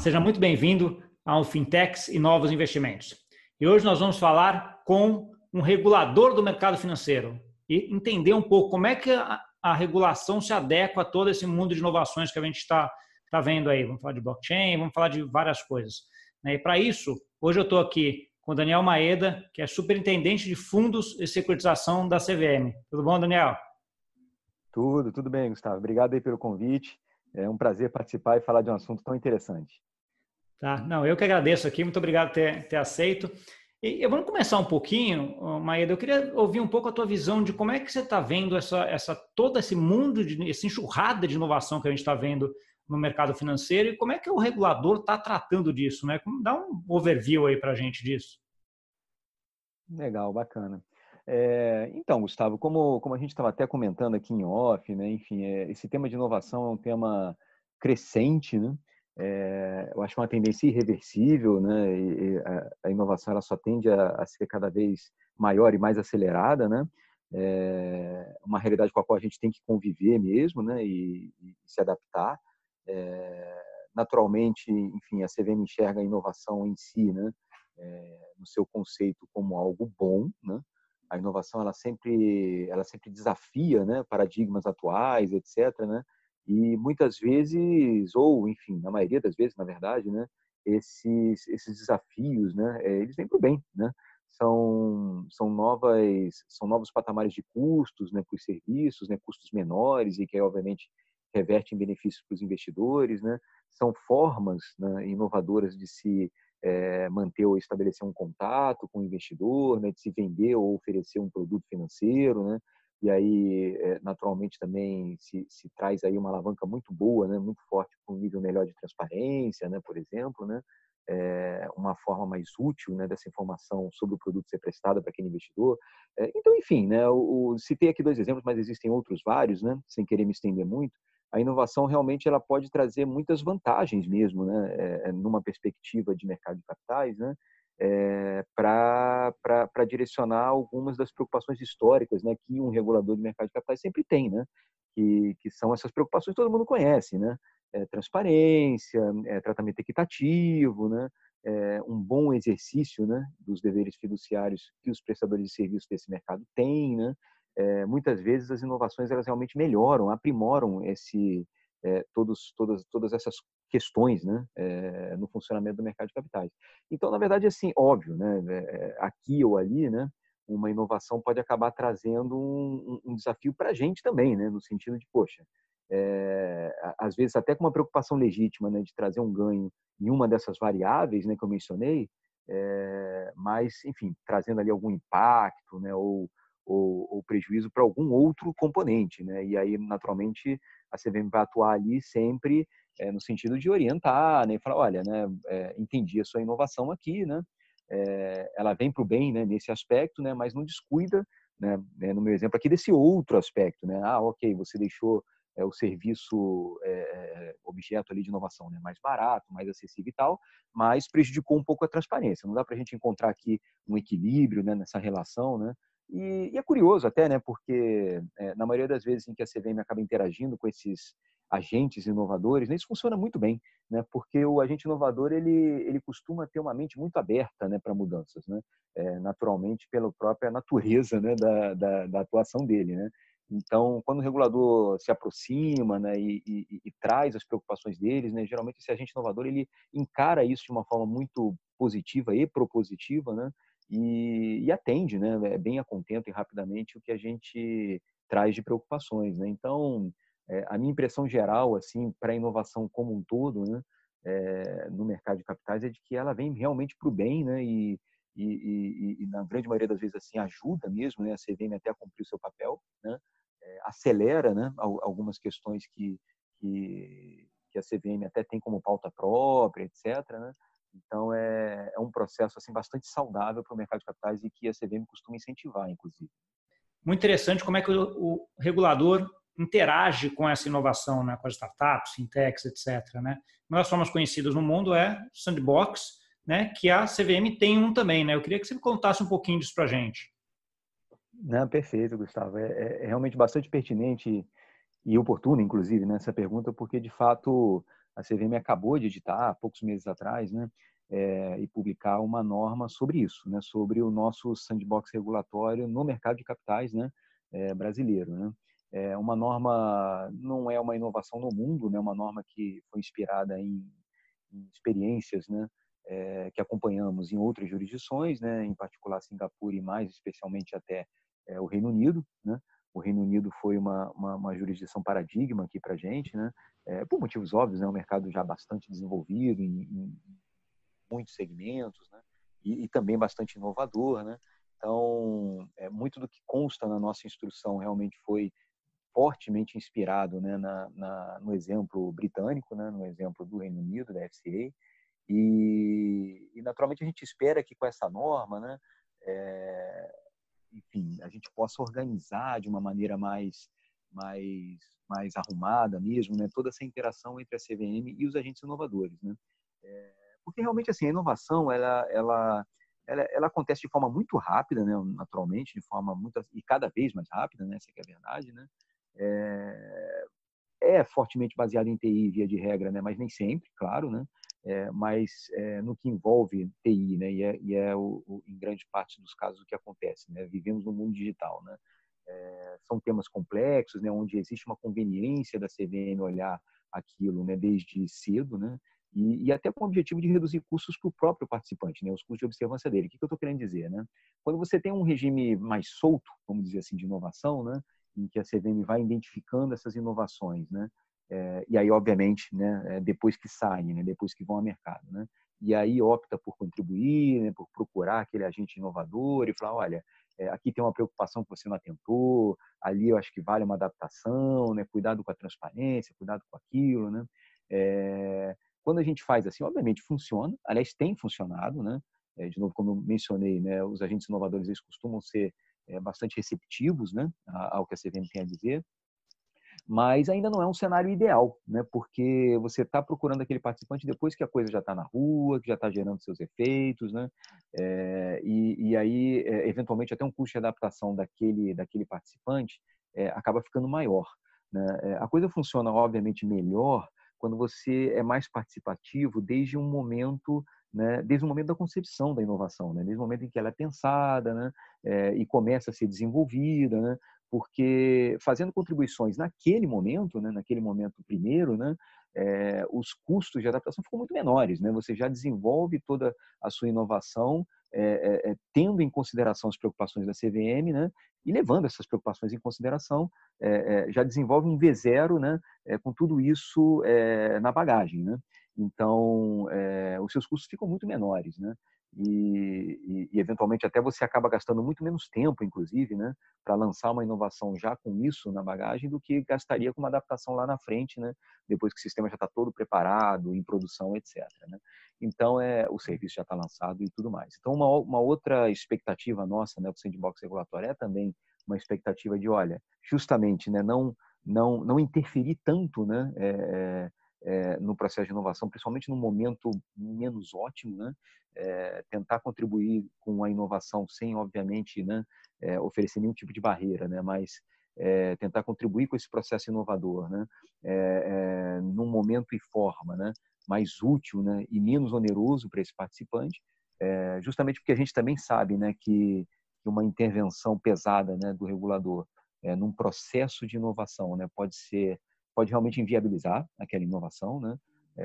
seja muito bem-vindo ao Fintechs e Novos Investimentos. E hoje nós vamos falar com um regulador do mercado financeiro e entender um pouco como é que a regulação se adequa a todo esse mundo de inovações que a gente está vendo aí. Vamos falar de blockchain, vamos falar de várias coisas. E para isso, hoje eu estou aqui com o Daniel Maeda, que é superintendente de fundos e securitização da CVM. Tudo bom, Daniel? Tudo bem, Gustavo. Obrigado aí pelo convite. É um prazer participar e falar de um assunto tão interessante. Tá, não, eu que agradeço aqui, muito obrigado por ter aceito. E vamos começar um pouquinho, Maeda, eu queria ouvir um pouco a tua visão de como é que você está vendo todo esse mundo, essa enxurrada de inovação que a gente está vendo no mercado financeiro e como é que o regulador está tratando disso, né? Dá um overview aí para a gente disso. Legal, bacana. Então, Gustavo, como a gente estava até comentando aqui em off, né? Enfim, esse tema de inovação é um tema crescente, né? Eu acho uma tendência irreversível, né? E a inovação ela só tende a ser cada vez maior e mais acelerada, né? Uma realidade com a qual a gente tem que conviver mesmo, né? E se adaptar. Naturalmente, enfim, a CVM enxerga a inovação em si, né? No seu conceito como algo bom, né? A inovação ela sempre desafia, né, paradigmas atuais, etc, né? E muitas vezes, ou enfim, na maioria das vezes, na verdade, né, esses desafios, né, eles vêm para o bem, né? São novos patamares de custos, né, para os serviços, né, custos menores e que obviamente revertem benefícios para os investidores, né? São formas, né, inovadoras de se manter ou estabelecer um contato com o investidor, né, de se vender ou oferecer um produto financeiro, né? E aí, naturalmente, também se traz aí uma alavanca muito boa, né, muito forte para um nível melhor de transparência, né, por exemplo, né? Uma forma mais útil, né, dessa informação sobre o produto ser prestada para aquele investidor. Então, enfim, né, citei aqui 2 exemplos, mas existem outros vários, né, sem querer me estender muito. A inovação realmente ela pode trazer muitas vantagens mesmo, né, numa perspectiva de mercado de capitais, né, para direcionar algumas das preocupações históricas, né, que um regulador de mercado de capitais sempre tem, né, que são essas preocupações que todo mundo conhece, né, transparência, tratamento equitativo, né, um bom exercício, né, dos deveres fiduciários que os prestadores de serviço desse mercado têm, né. Muitas vezes as inovações elas realmente melhoram, aprimoram todas essas questões, né, no funcionamento do mercado de capitais. Então, na verdade, assim, óbvio, né, aqui ou ali, né, uma inovação pode acabar trazendo um desafio para a gente também, né, no sentido de, poxa, às vezes até com uma preocupação legítima, né, de trazer um ganho em uma dessas variáveis, né, que eu mencionei, mas, enfim, trazendo ali algum impacto, né, ou prejuízo para algum outro componente, né? E aí, naturalmente, a CVM vai atuar ali sempre no sentido de orientar, né? E falar, olha, né? Entendi a sua inovação aqui, né? Ela vem para o bem, né? Nesse aspecto, né? Mas não descuida, né? No meu exemplo aqui desse outro aspecto, né? Ah, ok, você deixou o serviço objeto ali de inovação, né? Mais barato, mais acessível e tal, mas prejudicou um pouco a transparência. Não dá para a gente encontrar aqui um equilíbrio, né? Nessa relação, né? E é curioso até, né, porque na maioria das vezes em que a CVM acaba interagindo com esses agentes inovadores, né, isso funciona muito bem, né, porque o agente inovador ele costuma ter uma mente muito aberta, né, para mudanças, né, naturalmente pela própria natureza, né, da atuação dele, né. Então, quando o regulador se aproxima, né, e traz as preocupações deles, né, geralmente esse agente inovador ele encara isso de uma forma muito positiva e propositiva, né, e atende, né, bem a contento e rapidamente o que a gente traz de preocupações, né? Então, a minha impressão geral, assim, para a inovação como um todo, né, no mercado de capitais é de que ela vem realmente para o bem, né? E na grande maioria das vezes assim ajuda mesmo, né, a CVM até a cumprir o seu papel, né? Acelera, né, algumas questões que a CVM até tem como pauta própria, etc, né? Então, é um processo assim bastante saudável para o mercado de capitais e que a CVM costuma incentivar, inclusive. Muito interessante como é que o regulador interage com essa inovação, né, com as startups, fintechs, etc, né? Uma das formas conhecidas no mundo é Sandbox, né, que a CVM tem um também, né? Eu queria que você contasse um pouquinho disso para a gente. Não, perfeito, Gustavo. É realmente bastante pertinente e oportuna, inclusive, nessa pergunta, porque, de fato, a CVM acabou de editar, há poucos meses atrás, né, e publicar uma norma sobre isso, né, sobre o nosso sandbox regulatório no mercado de capitais, né, brasileiro, né. Uma norma não é uma inovação no mundo, né, uma norma que foi inspirada em experiências, né, que acompanhamos em outras jurisdições, né, em particular Singapura e mais especialmente até o Reino Unido, né. O Reino Unido foi uma jurisdição paradigma aqui para a gente, né, por motivos óbvios, né, um mercado já bastante desenvolvido em muitos segmentos, né, e também bastante inovador, né. Então, muito do que consta na nossa instrução realmente foi fortemente inspirado, né, no exemplo britânico, né, no exemplo do Reino Unido, da FCA, e naturalmente a gente espera que com essa norma, né, enfim, a gente possa organizar de uma maneira mais, mais arrumada mesmo, né, toda essa interação entre a CVM e os agentes inovadores, né, porque realmente assim a inovação ela acontece de forma muito rápida, né, naturalmente, de forma muito e cada vez mais rápida, né, essa que é a verdade, né, fortemente baseado em TI via de regra, né, mas nem sempre, claro, né, mas no que envolve TI, né, em grande parte dos casos o que acontece, né, vivemos no mundo digital, né, são temas complexos, né, onde existe uma conveniência da CVM olhar aquilo, né, desde cedo, né, e até com o objetivo de reduzir custos para o próprio participante, né, os custos de observância dele. O que eu estou querendo dizer, né? Quando você tem um regime mais solto, vamos dizer assim, de inovação, né, em que a CVM vai identificando essas inovações, né, e aí obviamente, né, depois que saem, né, depois que vão ao mercado, né, e aí opta por contribuir, né, por procurar aquele agente inovador e falar, olha, aqui tem uma preocupação que você não atentou, ali eu acho que vale uma adaptação, né, cuidado com a transparência, cuidado com aquilo, né. Quando a gente faz assim, obviamente funciona, aliás tem funcionado, né, de novo como eu mencionei, né, os agentes inovadores eles costumam ser bastante receptivos, né, ao que a CVM tem a dizer, mas ainda não é um cenário ideal, né? Porque você está procurando aquele participante depois que a coisa já está na rua, que já está gerando seus efeitos, né? E aí, eventualmente, até um custo de adaptação daquele participante acaba ficando maior, né? A coisa funciona, obviamente, melhor quando você é mais participativo desde um momento, né? Desde o momento da concepção da inovação, né? Desde o momento em que ela é pensada, né? E começa a ser desenvolvida, né? Porque fazendo contribuições naquele momento, né, naquele momento primeiro, né, os custos de adaptação ficam muito menores, né? Você já desenvolve toda a sua inovação tendo em consideração as preocupações da CVM, né, e levando essas preocupações em consideração, já desenvolve um V0, né, com tudo isso na bagagem, né? Então, os seus custos ficam muito menores, né? E eventualmente até você acaba gastando muito menos tempo, inclusive, né, para lançar uma inovação já com isso na bagagem do que gastaria com uma adaptação lá na frente, né, depois que o sistema já está todo preparado, em produção, etc. Né? Então, o serviço já está lançado e tudo mais. Então, uma outra expectativa nossa, né, do sandbox regulatório é também uma expectativa de, olha, justamente, né, não interferir tanto, né, no processo de inovação, principalmente num momento menos ótimo, né, tentar contribuir com a inovação sem, obviamente, né, oferecer nenhum tipo de barreira, né, mas tentar contribuir com esse processo inovador, né, num momento e forma, né, mais útil, né, e menos oneroso para esse participante, justamente porque a gente também sabe, né, que uma intervenção pesada, né, do regulador num processo de inovação, né, pode realmente inviabilizar aquela inovação, né,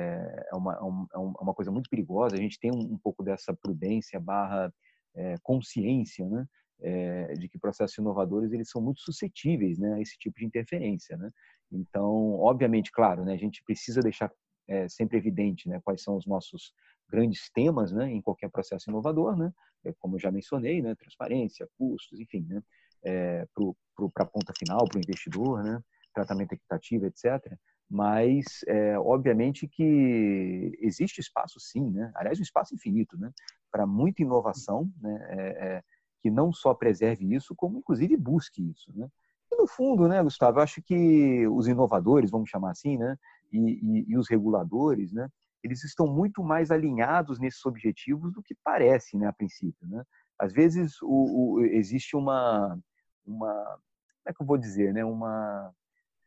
uma coisa muito perigosa. A gente tem um pouco dessa prudência barra consciência, né, de que processos inovadores eles são muito suscetíveis, né, a esse tipo de interferência, né. Então, obviamente, claro, né, a gente precisa deixar sempre evidente, né, quais são os nossos grandes temas, né, em qualquer processo inovador, né, como eu já mencionei, né, transparência, custos, enfim, né, para a ponta final, para o investidor, né, tratamento equitativo, etc. Mas, obviamente que existe espaço sim, né? Aliás, um espaço infinito, né? Para muita inovação, né? Que não só preserve isso, como inclusive busque isso, né? E no fundo, né, Gustavo, eu acho que os inovadores, vamos chamar assim, né? E os reguladores, né? Eles estão muito mais alinhados nesses objetivos do que parece, né, a princípio, né? Às vezes existe como é que eu vou dizer, né?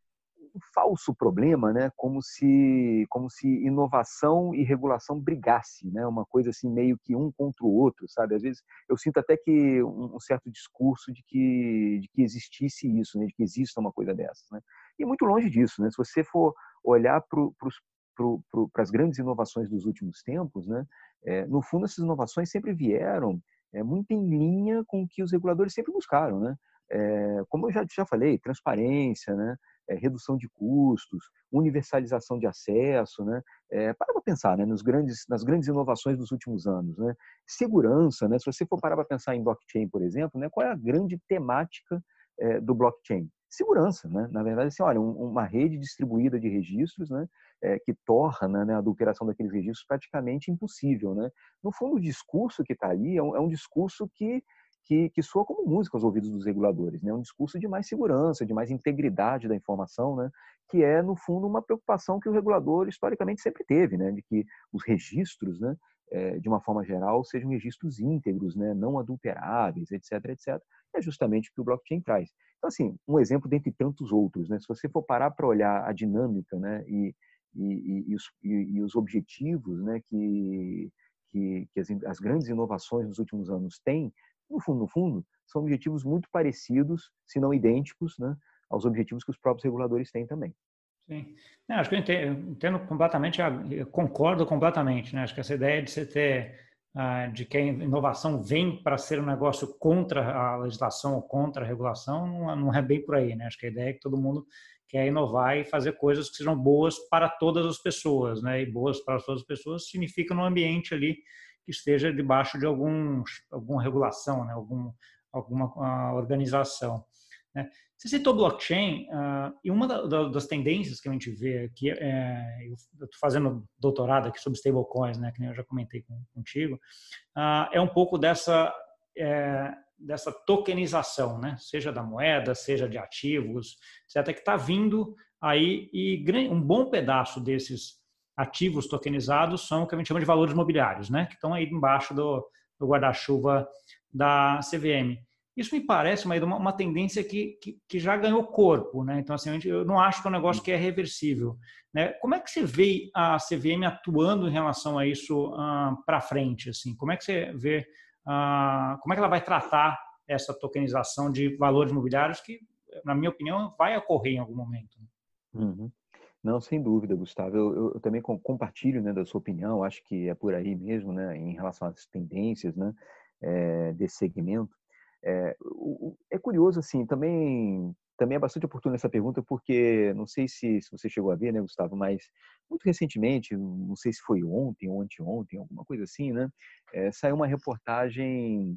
um falso problema, né? Como se inovação e regulação brigasse, né? Uma coisa assim meio que um contra o outro, sabe? Às vezes eu sinto até que um certo discurso de que existisse isso, né? De que exista uma coisa dessas, né? E muito longe disso, né? Se você for olhar para as grandes inovações dos últimos tempos, né? No fundo essas inovações sempre vieram muito em linha com o que os reguladores sempre buscaram, né? Como eu já falei, transparência, né? Redução de custos, universalização de acesso, né? Para pensar, né? Nas grandes inovações dos últimos anos, né? Segurança, né? Se você for parar para pensar em blockchain, por exemplo, né? Qual é a grande temática do blockchain? Segurança, né? Na verdade, assim, olha, uma rede distribuída de registros, né? Que torna, né, a adulteração daqueles registros praticamente impossível, né? No fundo, o discurso que está ali é um discurso que soa como música aos ouvidos dos reguladores, né? Um discurso de mais segurança, de mais integridade da informação, né? Que é, no fundo, uma preocupação que o regulador historicamente sempre teve, né? De que os registros, né? De uma forma geral, sejam registros íntegros, né? Não adulteráveis, etc, etc. É justamente o que o blockchain traz. Então, assim, um exemplo dentre tantos outros, né? Se você for parar para olhar a dinâmica, né? E os objetivos, né? Que as grandes inovações dos últimos anos têm, no fundo, são objetivos muito parecidos, se não idênticos, né, aos objetivos que os próprios reguladores têm também. Sim. Acho que eu entendo completamente, eu concordo completamente, né? Acho que essa ideia de você ter, de que a inovação vem para ser um negócio contra a legislação ou contra a regulação, não é bem por aí, né? Acho que a ideia é que todo mundo quer inovar e fazer coisas que sejam boas para todas as pessoas, né? E boas para todas as pessoas significa num ambiente ali que esteja debaixo de alguma regulação, né? Alguma organização, né? Você citou blockchain, e uma das tendências que a gente vê aqui, eu estou fazendo doutorado aqui sobre stablecoins, né, que nem eu já comentei contigo, é um pouco dessa tokenização, né, seja da moeda, seja de ativos, etc., que está vindo aí, e um bom pedaço desses ativos tokenizados são o que a gente chama de valores imobiliários, né, que estão aí embaixo do guarda-chuva da CVM. Isso me parece uma tendência que já ganhou corpo, né? Então, assim, eu não acho que é um negócio que é reversível, né? Como é que você vê a CVM atuando em relação a isso para frente? Assim? Como é que você vê, como é que ela vai tratar essa tokenização de valores imobiliários que, na minha opinião, vai ocorrer em algum momento? Uhum. Não, sem dúvida, Gustavo. Eu também compartilho, né, da sua opinião. Acho que é por aí mesmo, né, em relação às tendências, né, desse segmento. É curioso, assim, também é bastante oportuna essa pergunta, porque não sei se você chegou a ver, né, Gustavo, mas muito recentemente, não sei se foi ontem ou anteontem, alguma coisa assim, né, saiu uma reportagem,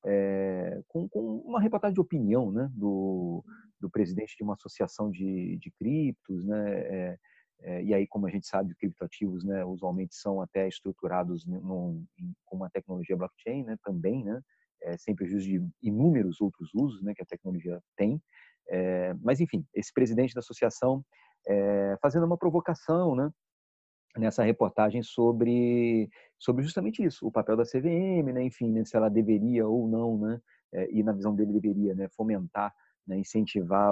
com uma reportagem de opinião, né, do presidente de uma associação de criptos, né, e aí, como a gente sabe, os criptoativos, né, usualmente são até estruturados com uma tecnologia blockchain, né, também, né, sem prejuízo de inúmeros outros usos, né, que a tecnologia tem. Mas, enfim, esse presidente da associação fazendo uma provocação, né, nessa reportagem sobre justamente isso, o papel da CVM, né, enfim, né, se ela deveria ou não, né, e na visão dele deveria, né, fomentar, né, incentivar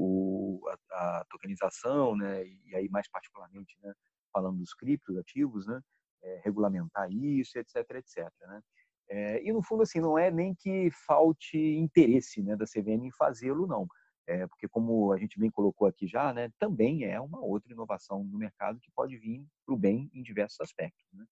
a tokenização, né, e aí mais particularmente, né, falando dos criptos ativos, né, regulamentar isso, etc, etc, né. E no fundo, assim, não é nem que falte interesse, né, da CVM em fazê-lo, não. Porque como a gente bem colocou aqui já, né, também é uma outra inovação no mercado que pode vir para o bem em diversos aspectos, né?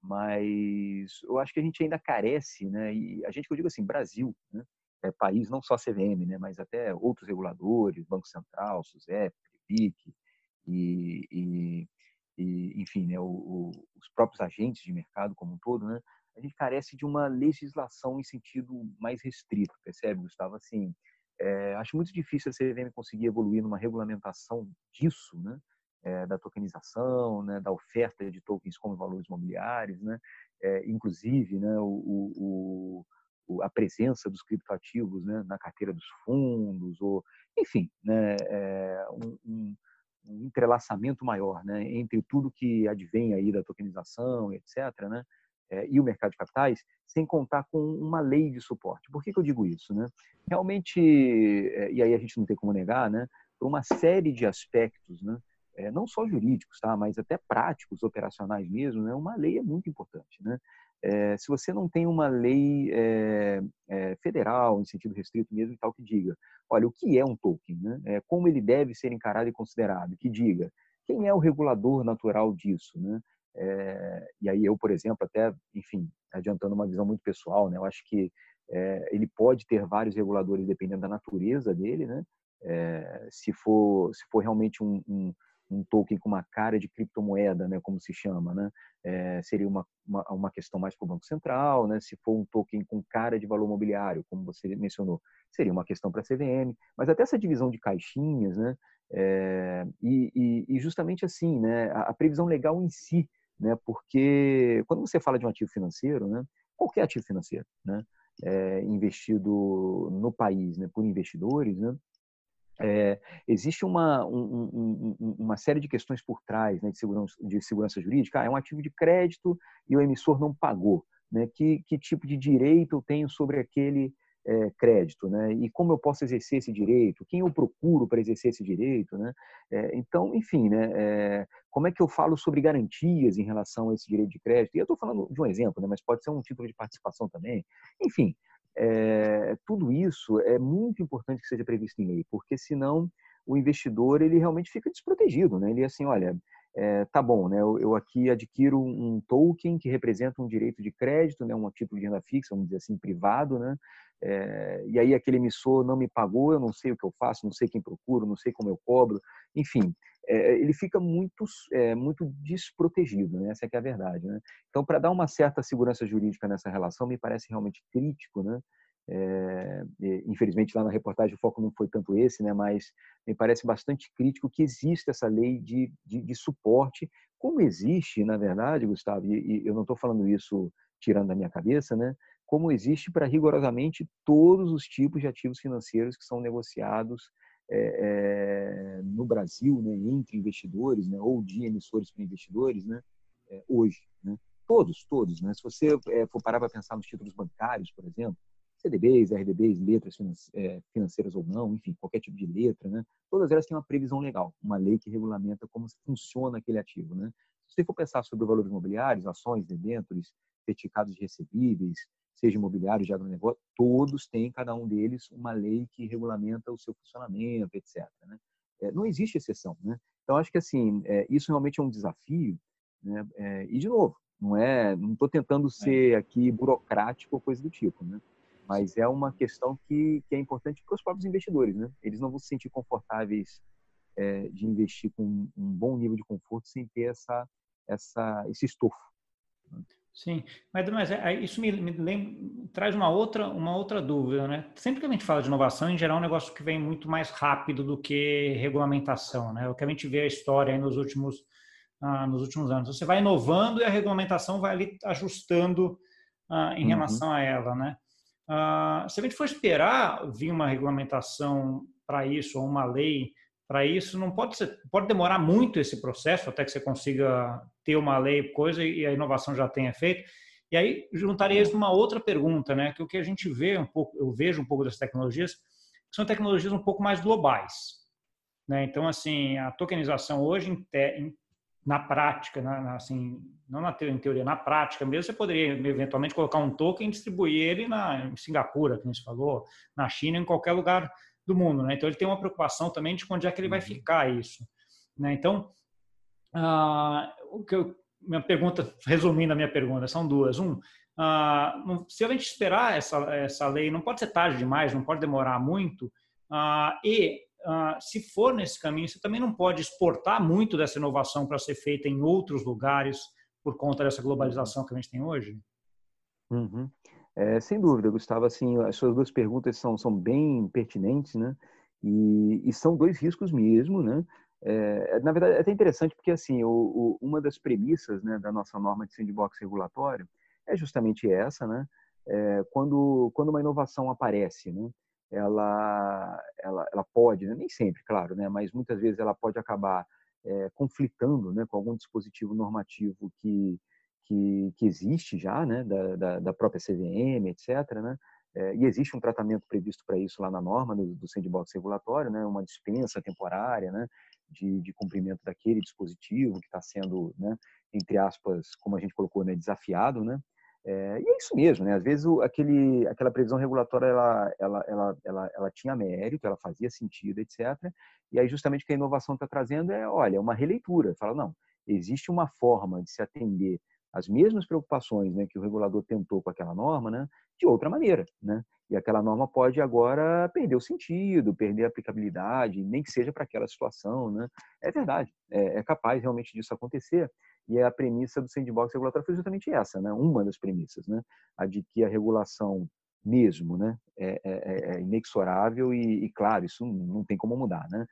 Mas eu acho que a gente ainda carece, né, e a gente, que eu digo assim, Brasil, né, país não só CVM, né, mas até outros reguladores, Banco Central, SUSEP, PREVIC, e, e, enfim, né, os próprios agentes de mercado como um todo, né, a gente carece de uma legislação em sentido mais restrito, percebe, Gustavo? Assim, acho muito difícil a CVM conseguir evoluir numa regulamentação disso, né? Da tokenização, né? Da oferta de tokens como valores imobiliários, né? Inclusive, né? A presença dos criptoativos, né? Na carteira dos fundos, ou enfim, né? Um entrelaçamento maior, né? Entre tudo que advém aí da tokenização, etc., né? E o mercado de capitais, sem contar com uma lei de suporte. Por que eu digo isso, né? Realmente, e aí a gente não tem como negar, né? por uma série de aspectos, né? Não só jurídicos, tá? Mas até práticos, operacionais mesmo, né? Uma lei é muito importante, né? Se você não tem uma lei federal, em sentido restrito mesmo, e tal, que diga, olha, o que é um token, né? Como ele deve ser encarado e considerado, que diga quem é o regulador natural disso, né? E aí eu, por exemplo, até, enfim, adiantando uma visão muito pessoal, né? Eu acho que ele pode ter vários reguladores dependendo da natureza dele, né? Se for realmente um token com uma cara de criptomoeda, né, como se chama, né, seria uma questão mais para o Banco Central, né, se for um token com cara de valor mobiliário, como você mencionou, seria uma questão para a CVM, mas até essa divisão de caixinhas, né, e justamente assim, né, a previsão legal em si, né, porque quando você fala de um ativo financeiro, né, qualquer ativo financeiro, né, investido no país, né, por investidores, né, existe uma série de questões por trás, né, de segurança jurídica. É um ativo de crédito e o emissor não pagou, né? Que tipo de direito eu tenho sobre aquele crédito, né? E como eu posso exercer esse direito? Quem eu procuro para exercer esse direito, né? Então, enfim, né? Como é que eu falo sobre garantias em relação a esse direito de crédito? E eu estou falando de um exemplo, né? Mas pode ser um título de participação também. Enfim, tudo isso é muito importante que seja previsto em lei, porque senão o investidor ele realmente fica desprotegido, né? Ele é assim, olha, tá bom, né? Eu aqui adquiro um token que representa um direito de crédito, né? Um título de renda fixa, vamos dizer assim, privado, né? E aí aquele emissor não me pagou, eu não sei o que eu faço, não sei quem procuro, não sei como eu cobro, enfim, ele fica muito desprotegido, né? Essa é que é a verdade, né? Então, para dar uma certa segurança jurídica nessa relação, me parece realmente crítico, né? Infelizmente, lá na reportagem o foco não foi tanto esse, né? Mas me parece bastante crítico que exista essa lei de suporte, como existe, na verdade, Gustavo, e eu não estou falando isso tirando da minha cabeça, né? Como existe para rigorosamente todos os tipos de ativos financeiros que são negociados no Brasil, né? Entre investidores, né? Ou de emissores para investidores, né? Hoje, né? Todos, né? Se você for parar para pensar nos títulos bancários, por exemplo, CDBs, RDBs, letras financeiras ou não, enfim, qualquer tipo de letra, né? Todas elas têm uma previsão legal, uma lei que regulamenta como funciona aquele ativo, né? Se você for pensar sobre valores imobiliários, ações, debêntures, certificados de recebíveis, seja imobiliário, de agronegócio, todos têm, cada um deles, uma lei que regulamenta o seu funcionamento, etc. Né? Não existe exceção, né? Então, acho que assim, isso realmente é um desafio, né? E, de novo, não estou tentando ser aqui burocrático ou coisa do tipo, né? Mas é uma questão que é importante para os próprios investidores, né? Eles não vão se sentir confortáveis de investir com um bom nível de conforto sem ter esse estofo. Sim, mas isso traz uma outra dúvida, né? Sempre que a gente fala de inovação, em geral, é um negócio que vem muito mais rápido do que regulamentação, né? O que a gente vê a história aí nos últimos anos. Você vai inovando e a regulamentação vai ali ajustando em Uhum. relação a ela, né? Se a gente for esperar vir uma regulamentação para isso, ou uma lei para isso, não pode demorar muito esse processo até que você consiga ter uma lei, coisa, e a inovação já tenha feito. E aí juntaria isso numa outra pergunta, né? Que o que a gente vê um pouco, eu vejo um pouco das tecnologias, são tecnologias um pouco mais globais, né? Então, assim, a tokenização hoje, na prática, assim, não em teoria, na prática mesmo, você poderia eventualmente colocar um token e distribuir ele em Singapura, como você falou, na China, em qualquer lugar do mundo, né? Então, ele tem uma preocupação também de onde é que ele vai ficar isso, né? Então, minha pergunta, resumindo a minha pergunta, são duas. Se a gente esperar essa lei, não pode ser tarde demais, não pode demorar muito, se for nesse caminho, você também não pode exportar muito dessa inovação para ser feita em outros lugares por conta dessa globalização que a gente tem hoje? Uhum. Sem dúvida, Gustavo, assim, as suas duas perguntas são bem pertinentes, né? E são dois riscos mesmo, né? Na verdade, é até interessante porque, assim, uma das premissas, né, da nossa norma de sandbox regulatório é justamente essa, né? Quando uma inovação aparece, né? Ela pode, né? Nem sempre, claro, né? Mas muitas vezes ela pode acabar conflitando, né, com algum dispositivo normativo que existe já, né, da própria CVM, etc., né? E existe um tratamento previsto para isso lá na norma do sandbox regulatório, né, uma dispensa temporária, né, de cumprimento daquele dispositivo que está sendo, né, entre aspas, como a gente colocou, né, desafiado, né? E é isso mesmo, né? Às vezes aquela previsão regulatória ela tinha mérito, ela fazia sentido, etc. E aí justamente o que a inovação está trazendo olha, uma releitura. Fala, não, existe uma forma de se atender às mesmas preocupações, né, que o regulador tentou com aquela norma, né, de outra maneira, né? E aquela norma pode agora perder o sentido, perder a aplicabilidade, nem que seja para aquela situação, né? É verdade, é capaz realmente disso acontecer. E a premissa do sandbox regulatório foi justamente essa, né? Uma das premissas, né? A de que a regulação mesmo, né, é inexorável e, claro, isso não tem como mudar, né?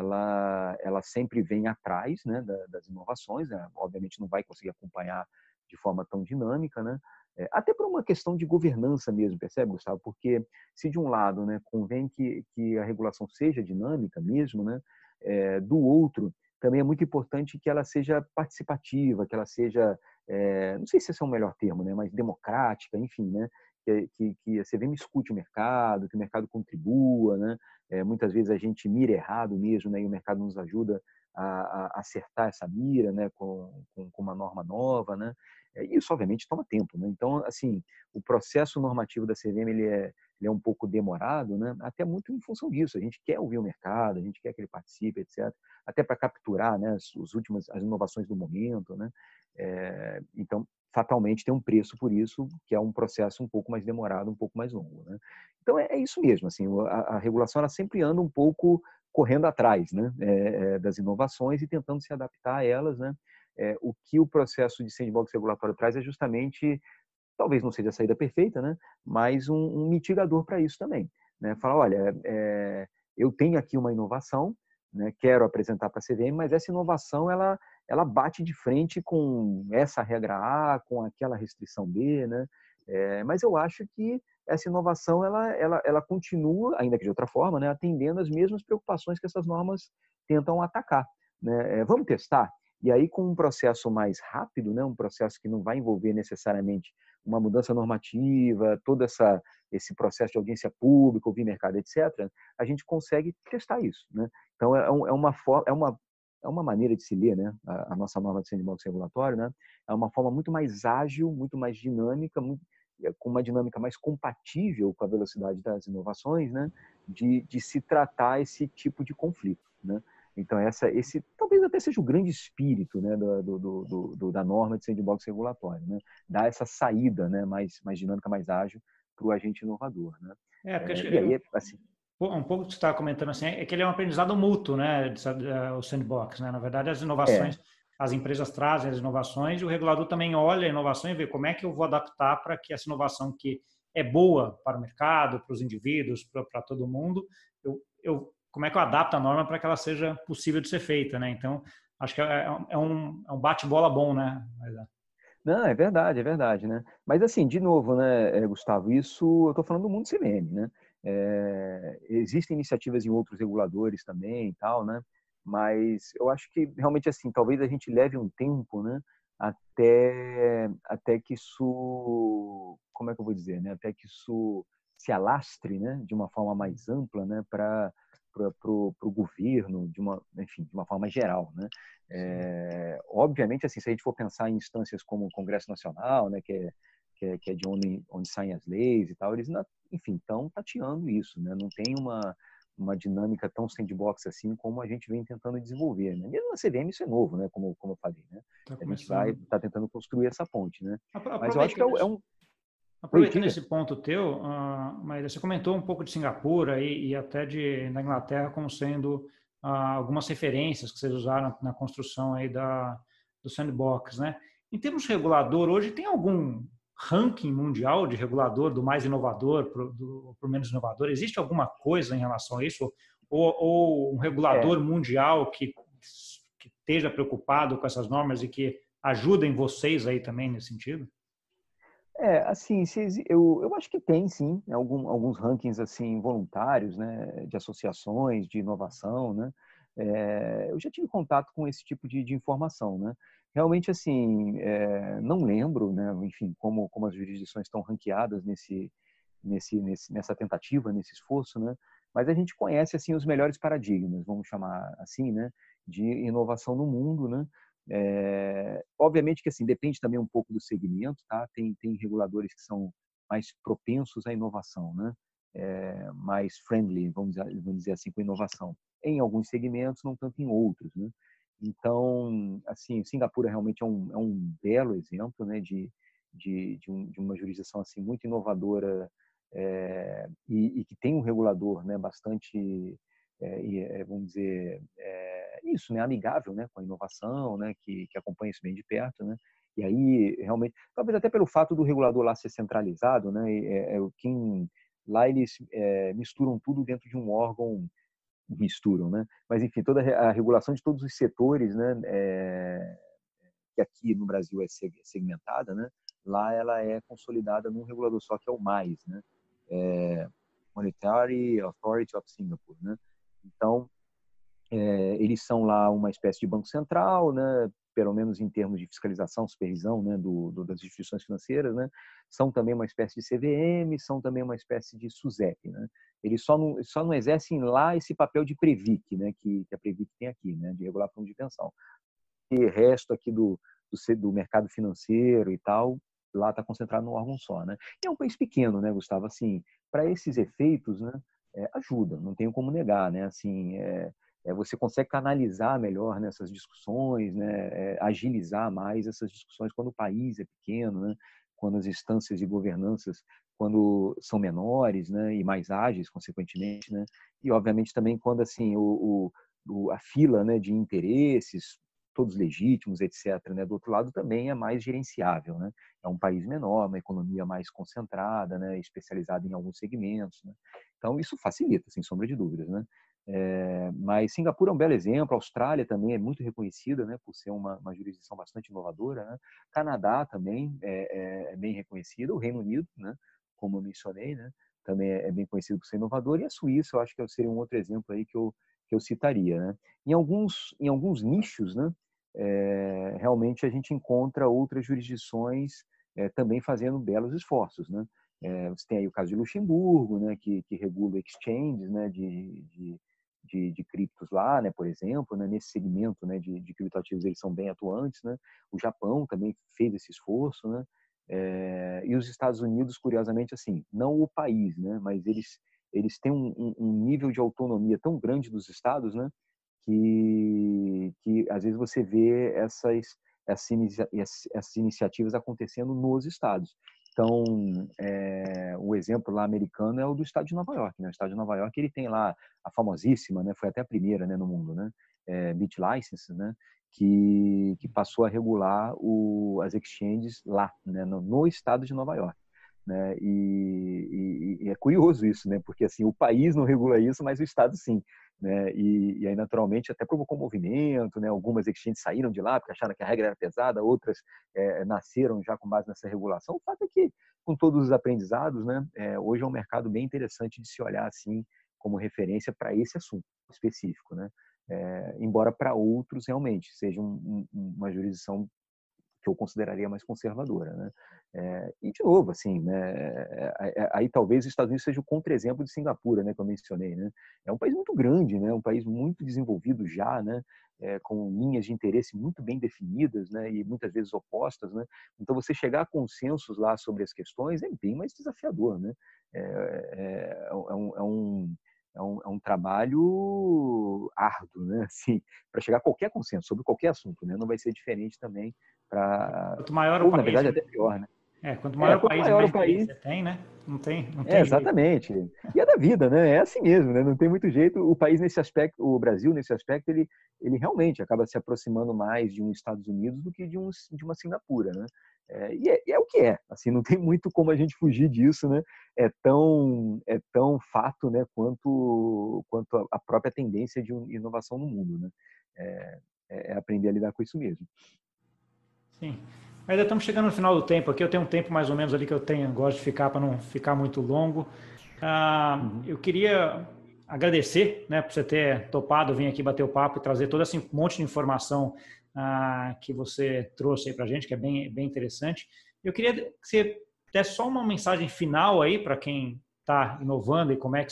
Ela sempre vem atrás, né, das inovações, né? Obviamente não vai conseguir acompanhar de forma tão dinâmica, né? Até por uma questão de governança mesmo, percebe, Gustavo? Porque se de um lado, né, convém que a regulação seja dinâmica mesmo, né, do outro também é muito importante que ela seja participativa, que ela seja, não sei se esse é o melhor termo, né, mas democrática, enfim, né, que a CVM escute o mercado, que o mercado contribua, né, muitas vezes a gente mira errado mesmo, né, e o mercado nos ajuda a acertar essa mira, né, com uma norma nova, né, isso obviamente toma tempo, né, então, assim, o processo normativo da CVM ele é um pouco demorado, né, até muito em função disso, a gente quer ouvir o mercado, a gente quer que ele participe, etc., até para capturar, né, as inovações do momento, né? Então, fatalmente tem um preço por isso, que é um processo um pouco mais demorado, um pouco mais longo, né? Então é isso mesmo, assim, a regulação ela sempre anda um pouco correndo atrás, né, das inovações e tentando se adaptar a elas, né? O que o processo de sandbox regulatório traz é justamente, talvez não seja a saída perfeita, né, mas um mitigador para isso também, né? Falar, olha, eu tenho aqui uma inovação, né, quero apresentar para a CVM, mas essa inovação ela bate de frente com essa regra A, com aquela restrição B, né? Mas eu acho que essa inovação ela continua, ainda que de outra forma, né, atendendo as mesmas preocupações que essas normas tentam atacar, né? Vamos testar? E aí, com um processo mais rápido, né, um processo que não vai envolver necessariamente uma mudança normativa, esse processo de audiência pública, ouvir mercado, etc., a gente consegue testar isso, né? Então, é uma maneira de se ler, né, a nossa norma de sandbox regulatório, né? É uma forma muito mais ágil, muito mais dinâmica, com uma dinâmica mais compatível com a velocidade das inovações, né, de se tratar esse tipo de conflito, né? Então, esse talvez até seja o grande espírito, né, da norma de sandbox regulatório, né? Dar essa saída, né, mais dinâmica, mais ágil para o agente inovador, né? Porque acho E aí, assim, um pouco que você estava comentando assim, é que ele é um aprendizado mútuo, né, o sandbox, né? Na verdade, as é, inovações, as empresas trazem as inovações e o regulador também olha a inovação e vê como é que eu vou adaptar para que essa inovação que é boa para o mercado, para os indivíduos, para todo mundo, como é que eu adapto a norma para que ela seja possível de ser feita, né? Então, acho que é um bate-bola bom, né? não, é verdade, né? Mas assim, de novo, né, Gustavo, isso eu estou falando do mundo CVM, né? Existem iniciativas em outros reguladores também e tal, né? Mas eu acho que realmente assim, talvez a gente leve um tempo, né? Até que isso, como é que eu vou dizer, né? Até que isso se alastre, né? De uma forma mais ampla, né? Para o governo, enfim, de uma forma mais geral, né? Obviamente, assim, se a gente for pensar em instâncias como o Congresso Nacional, né, que é de onde saem as leis e tal, eles, enfim, estão tateando isso, né? Não tem uma dinâmica tão sandbox assim como a gente vem tentando desenvolver, né? Mesmo na CVM isso é novo, né? Como eu falei, né? Está A gente começando. tá tentando construir essa ponte, né? Mas eu acho que Aproveitando é isso. um... Oi, Aproveitando diga. esse ponto teu, Maíra, você comentou um pouco de Singapura e até da Inglaterra como sendo algumas referências que vocês usaram na construção aí do sandbox, né? Em termos de regulador, hoje tem algum ranking mundial de regulador do mais inovador para o menos inovador? Existe alguma coisa em relação a isso? Ou um É, regulador mundial que esteja preocupado com essas normas e que ajudem vocês aí também nesse sentido? assim, eu acho que tem sim, né, alguns rankings assim voluntários, né, de associações de inovação, né. Eu já tive contato com esse tipo de informação, né. Realmente assim, não lembro, né, enfim, como as jurisdições estão ranqueadas nessa tentativa, nesse esforço, né? Mas a gente conhece assim os melhores paradigmas, vamos chamar assim, né, de inovação no mundo, né? Obviamente que assim depende também um pouco do segmento, tá? Tem reguladores que são mais propensos à inovação, né? Mais friendly, vamos dizer assim, com inovação. Em alguns segmentos, não tanto em outros, né? Então, assim, Singapura realmente é um belo exemplo, né, de uma jurisdição assim muito inovadora e que tem um regulador, né, bastante, vamos dizer, isso, né, amigável, né, com a inovação, né, que acompanha isso bem de perto, né. E aí realmente, talvez até pelo fato do regulador lá ser centralizado, né, lá eles misturam tudo dentro de um órgão, misturam, né? Mas enfim, toda a regulação de todos os setores, né, que aqui no Brasil é segmentada, né? Lá ela é consolidada num regulador só, que é o MAIS, né? Monetary Authority of Singapore, né? Então, eles são lá uma espécie de banco central, né? Pelo menos em termos de fiscalização, supervisão, né? Das instituições financeiras, né? São também uma espécie de CVM, são também uma espécie de SUSEP, né? Eles só não exercem lá esse papel de Previc, né? Que a Previc tem aqui, né? De regular fundo de pensão. E o resto aqui do mercado financeiro e tal, lá está concentrado num órgão só, né? E é um país pequeno, né, Gustavo? Assim, para esses efeitos, né, ajuda, não tenho como negar, né? Assim, você consegue canalizar melhor nessas discussões, né? Agilizar mais essas discussões quando o país é pequeno, né? Quando as instâncias de governanças quando são menores, né? E mais ágeis, consequentemente, né? E obviamente também quando assim a fila, né, de interesses todos legítimos, etc., né? Do outro lado também é mais gerenciável, né? É um país menor, uma economia mais concentrada, né? Especializada em alguns segmentos, né? Então isso facilita, sem sombra de dúvidas, né? Mas Singapura é um belo exemplo, a Austrália também é muito reconhecida, né? Por ser uma jurisdição bastante inovadora, né? Canadá também é bem reconhecido, o Reino Unido, né? Como eu mencionei, né? Também é bem conhecido por ser inovador, e a Suíça eu acho que seria um outro exemplo aí que eu citaria, né? Em alguns nichos, né? Realmente a gente encontra outras jurisdições também fazendo belos esforços, né? Você tem aí o caso de Luxemburgo, né? Que regula exchanges, né? De criptos lá, né? Por exemplo, né? Nesse segmento, né? De criptoativos eles são bem atuantes, né? O Japão também fez esse esforço, né? E os Estados Unidos, curiosamente, assim, não o país, né? Mas eles têm um nível de autonomia tão grande dos estados, né? Que às vezes você vê essas iniciativas acontecendo nos estados. Então, o exemplo lá americano é o do estado de Nova York, né? O estado de Nova York ele tem lá a famosíssima, né? Foi até a primeira, né, no mundo, né? BitLicense, né? Que passou a regular as exchanges lá, né? No estado de Nova York. Né? E é curioso isso, né? Porque assim o país não regula isso, mas o estado sim, né? E aí naturalmente até provocou movimento, né? Algumas exchanges saíram de lá porque acharam que a regra era pesada, outras nasceram já com base nessa regulação. O fato é que com todos os aprendizados, né? Hoje é um mercado bem interessante de se olhar assim como referência para esse assunto específico, né? Embora para outros realmente seja uma jurisdição que eu consideraria mais conservadora, né? E de novo, assim, né? Aí talvez os Estados Unidos seja o contra-exemplo de Singapura, né? Que eu mencionei, né? É um país muito grande, né? Um país muito desenvolvido já, né? Com linhas de interesse muito bem definidas, né? E muitas vezes opostas, né? Então você chegar a consensos lá sobre as questões é bem mais desafiador, né? É um trabalho árduo, né? Assim, para chegar a qualquer consenso sobre qualquer assunto, né? Não vai ser diferente também Quanto maior o ou na país, verdade até pior, né? quanto maior o Quanto país e maior mais o interesse país, você tem, né? Não tem jeito. exatamente. E é da vida, né? É assim mesmo, né? Não tem muito jeito. O país nesse aspecto, o Brasil nesse aspecto, ele realmente acaba se aproximando mais de um Estados Unidos do que de uma Singapura, né? E é o que é. Assim, não tem muito como a gente fugir disso, né? É tão fato, né? Quanto a própria tendência de inovação no mundo, né? É aprender a lidar com isso mesmo. Sim. Ainda estamos chegando no final do tempo aqui. Eu tenho um tempo mais ou menos ali que gosto de ficar para não ficar muito longo. Eu queria agradecer, né, por você ter topado vir aqui bater o papo e trazer todo esse monte de informação que você trouxe aí para a gente, que é bem interessante. Eu queria que você até só uma mensagem final aí para quem está inovando e como é que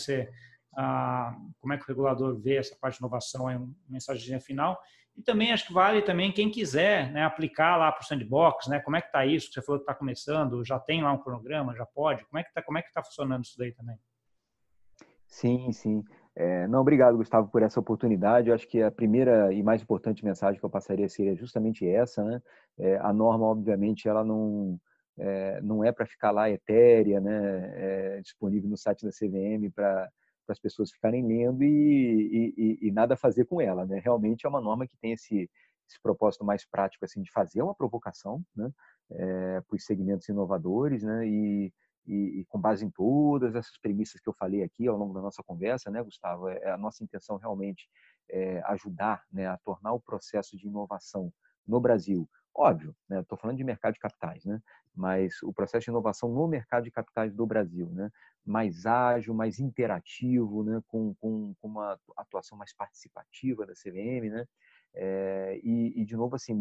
como é que o regulador vê essa parte de inovação, é uma mensagem final. E também acho que vale também quem quiser, né, aplicar lá para o Sandbox, né? Como é que está isso? Você falou que está começando, já tem lá um cronograma, já pode? Como é que tá funcionando isso daí também? Sim, sim. Não, obrigado, Gustavo, por essa oportunidade. Eu acho que a primeira e mais importante mensagem que eu passaria seria justamente essa, né? A norma, obviamente, ela não é para ficar lá etérea, né? Disponível no site da CVM para as pessoas ficarem lendo e nada fazer com ela, né? Realmente é uma norma que tem esse propósito mais prático assim de fazer uma provocação, né? Para os segmentos inovadores, né? E com base em todas essas premissas que eu falei aqui ao longo da nossa conversa, né, Gustavo, a nossa intenção realmente é ajudar, né, a tornar o processo de inovação no Brasil, óbvio, né, estou falando de mercado de capitais, né, mas o processo de inovação no mercado de capitais do Brasil, né, mais ágil, mais interativo, né, com uma atuação mais participativa da CVM, né, de novo, assim,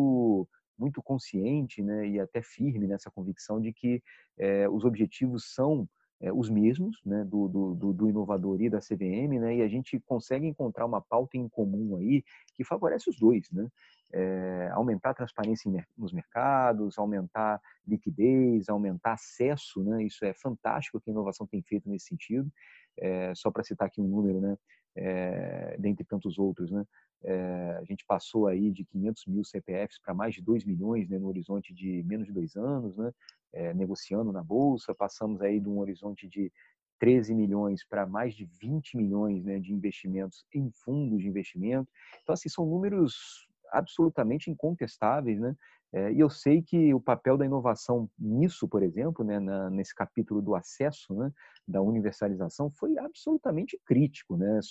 muito consciente, né, e até firme nessa convicção de que os objetivos são os mesmos, né, do inovador e da CVM, né, e a gente consegue encontrar uma pauta em comum aí que favorece os dois, né, aumentar a transparência nos mercados, aumentar liquidez, aumentar acesso, né, isso é fantástico que a inovação tem feito nesse sentido, só para citar aqui um número, né, dentre tantos outros, né, a gente passou aí de 500 mil CPFs para mais de 2 milhões, né, no horizonte de menos de 2 anos, né, negociando na Bolsa. Passamos aí de um horizonte de 13 milhões para mais de 20 milhões, né, de investimentos em fundos de investimento. Então, assim, são números absolutamente incontestáveis, né? E eu sei que o papel da inovação nisso, por exemplo, né, nesse capítulo do acesso, né, da universalização, foi absolutamente crítico, né?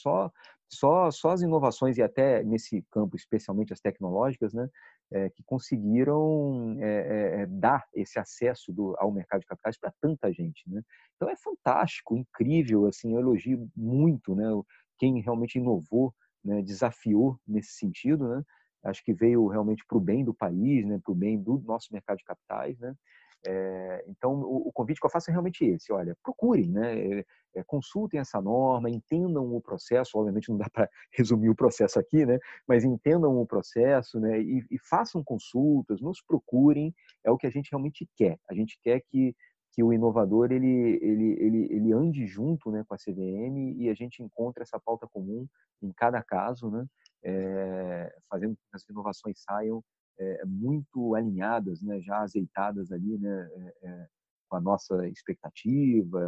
Só as inovações e até nesse campo, especialmente as tecnológicas, né, que conseguiram dar esse acesso ao mercado de capitais para tanta gente, né? Então é fantástico, incrível, assim, eu elogio muito, né, quem realmente inovou, né, desafiou nesse sentido, né? Acho que veio realmente para o bem do país, né, para o bem do nosso mercado de capitais, né? Então, o convite que eu faço é realmente esse, olha, procurem, né, consultem essa norma, entendam o processo, obviamente não dá para resumir o processo aqui, né, mas entendam o processo, né, e façam consultas, nos procurem, é o que a gente realmente quer. A gente quer que o inovador ele ande junto, né, com a CVM e a gente encontre essa pauta comum em cada caso, né, fazendo com que as inovações saiam muito alinhadas, né, já azeitadas ali, né, com a nossa expectativa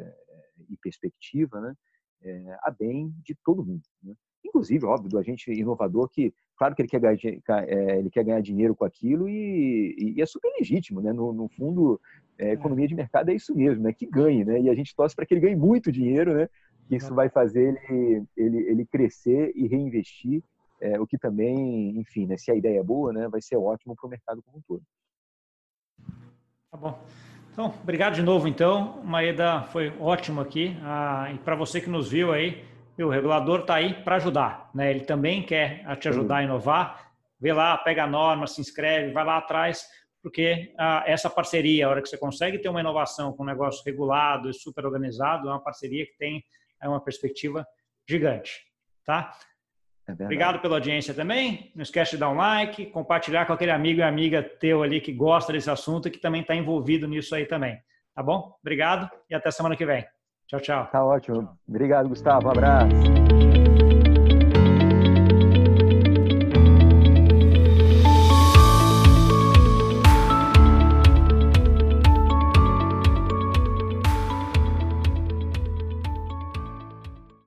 e perspectiva, né, a bem de todo mundo, né? Inclusive, óbvio, do agente inovador que, claro que ele quer ganhar dinheiro com aquilo e é super legítimo, né? No fundo, economia de mercado é isso mesmo, né? Que ganhe, né? E a gente torce para que ele ganhe muito dinheiro, né? Que isso vai fazer ele crescer e reinvestir, o que também, enfim, né, se a ideia é boa, né, vai ser ótimo para o mercado como um todo. Tá bom. Então, obrigado de novo, então. Maeda, foi ótimo aqui. E para você que nos viu aí, o regulador está aí para ajudar, né? Ele também quer te ajudar a inovar. Vê lá, pega a norma, se inscreve, vai lá atrás, porque essa parceria, a hora que você consegue ter uma inovação com um negócio regulado e super organizado, é uma parceria que tem uma perspectiva gigante, tá? Obrigado pela audiência também. Não esquece de dar um like, compartilhar com aquele amigo e amiga teu ali que gosta desse assunto e que também está envolvido nisso aí também. Tá bom? Obrigado e até semana que vem. Tchau, tchau. Tá ótimo. Obrigado, Gustavo. Um abraço.